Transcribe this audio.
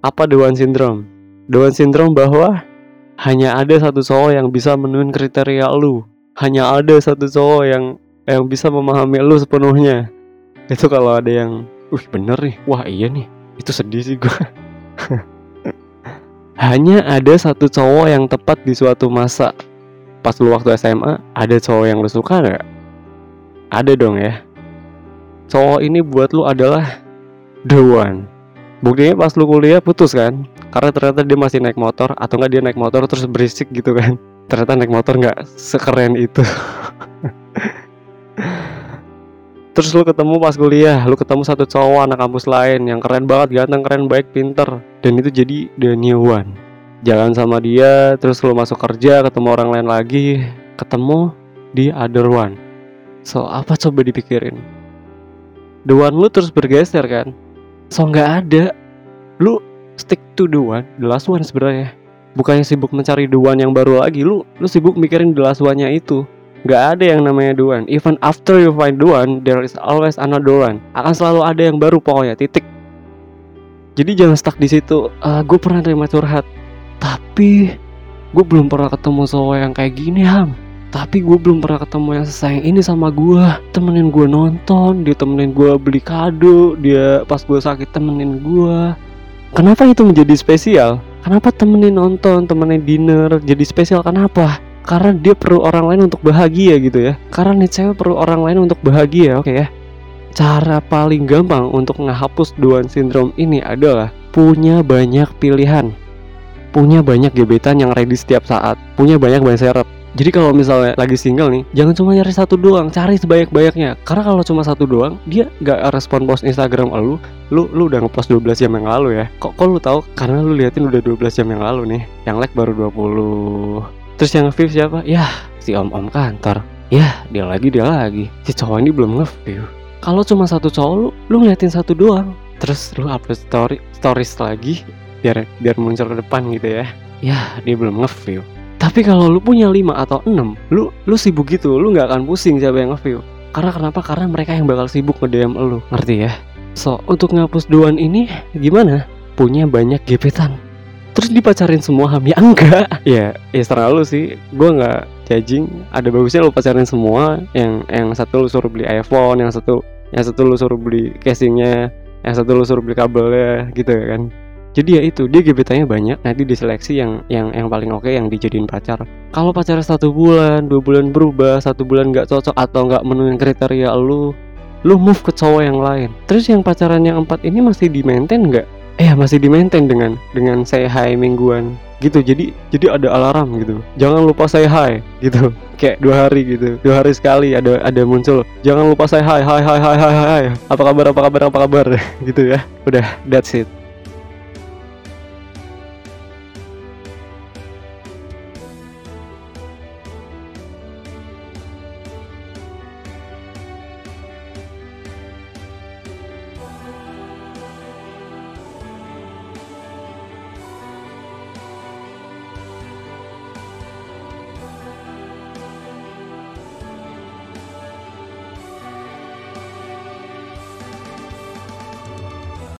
Apa Down Syndrome? Down Syndrome bahwa hanya ada satu cowok yang bisa memenuhi kriteria lu. Hanya ada satu cowok yang bisa memahami lu sepenuhnya. Itu kalau ada yang, bener nih, wah iya nih, itu sedih sih gue. Hanya ada satu cowok yang tepat di suatu masa. Pas lu waktu SMA, ada cowok yang lu suka gak? Ada dong ya. Cowok ini buat lu adalah the one. Buktinya pas lu kuliah putus kan, karena ternyata dia masih naik motor. Atau enggak dia naik motor terus berisik gitu kan. Ternyata naik motor gak sekeren itu. Terus lu ketemu pas kuliah, lu ketemu satu cowok anak kampus lain yang keren banget, ganteng, keren, baik, pinter. Dan itu jadi the new one. Jalan sama dia, terus lu masuk kerja, ketemu orang lain lagi, ketemu the other one. So apa coba dipikirin? The one lu terus bergeser kan? So gak ada. Lu stick to the one, the last one sebenarnya. Bukannya sibuk mencari the one yang baru lagi, lu sibuk mikirin the last one-nya itu. Gak ada yang namanya the one. Even after you find the one, there is always another one. Akan selalu ada yang baru pokoknya, titik. Jadi jangan stuck di situ. Gue pernah terima curhat, tapi gue belum pernah ketemu cowok yang kayak gini, Ham. Tapi gue belum pernah ketemu yang sesayang ini sama gue. Temenin gue nonton, dia temenin gue beli kado, dia pas gue sakit temenin gue. Kenapa itu menjadi spesial? Kenapa temenin nonton, temenin dinner jadi spesial? Kenapa? Karena dia perlu orang lain untuk bahagia gitu ya. Karena nih cewek perlu orang lain untuk bahagia, oke ya. Cara paling gampang untuk ngehapus Down Syndrome ini adalah punya banyak pilihan. Punya banyak gebetan yang ready setiap saat. Punya banyak ban serep. Jadi kalau misalnya lagi single nih, jangan cuma nyari satu doang, cari sebanyak-banyaknya. Karena kalau cuma satu doang, dia gak respon post Instagram lu udah ngepost 12 jam yang lalu ya. Kok lu tahu? Karena lu liatin udah 12 jam yang lalu nih. Yang like baru 20. Terus yang nge-view siapa? Yah, si om-om kantor. Yah, dia lagi. Si cowok ini belum nge-view. Kalau cuma satu cowok, lu ngeliatin satu doang. Terus lu upload stories lagi biar muncul ke depan gitu ya. Yah, dia belum nge-view. Tapi kalau lu punya 5 atau 6, lu sibuk gitu, lu gak akan pusing siapa yang nge-view. Karena kenapa? Karena mereka yang bakal sibuk nge-DM lu, ngerti ya? So, untuk ngapus doan ini gimana? Punya banyak gebetan. Terus dipacarin semua, Ham? Ya enggak. Ya serah lu sih. Gue gak judging. Ada bagusnya lu pacarin semua. Yang satu lu suruh beli iPhone, yang satu lu suruh beli casingnya, yang satu lu suruh beli kabelnya, gitu kan. Jadi ya itu, dia gebetannya banyak, nanti diseleksi yang paling oke yang dijadiin pacar. Kalau pacaran 1 bulan, 2 bulan berubah, 1 bulan gak cocok atau gak memenuhi kriteria lu move ke cowok yang lain. Terus yang pacaran yang 4 ini masih di-maintain gak? Masih di-maintain dengan say hi mingguan gitu. Jadi ada alarm gitu. Jangan lupa say hi gitu. Kayak 2 hari gitu. 2 hari sekali ada muncul. Jangan lupa say hi. Apa kabar gitu ya. Udah, that's it.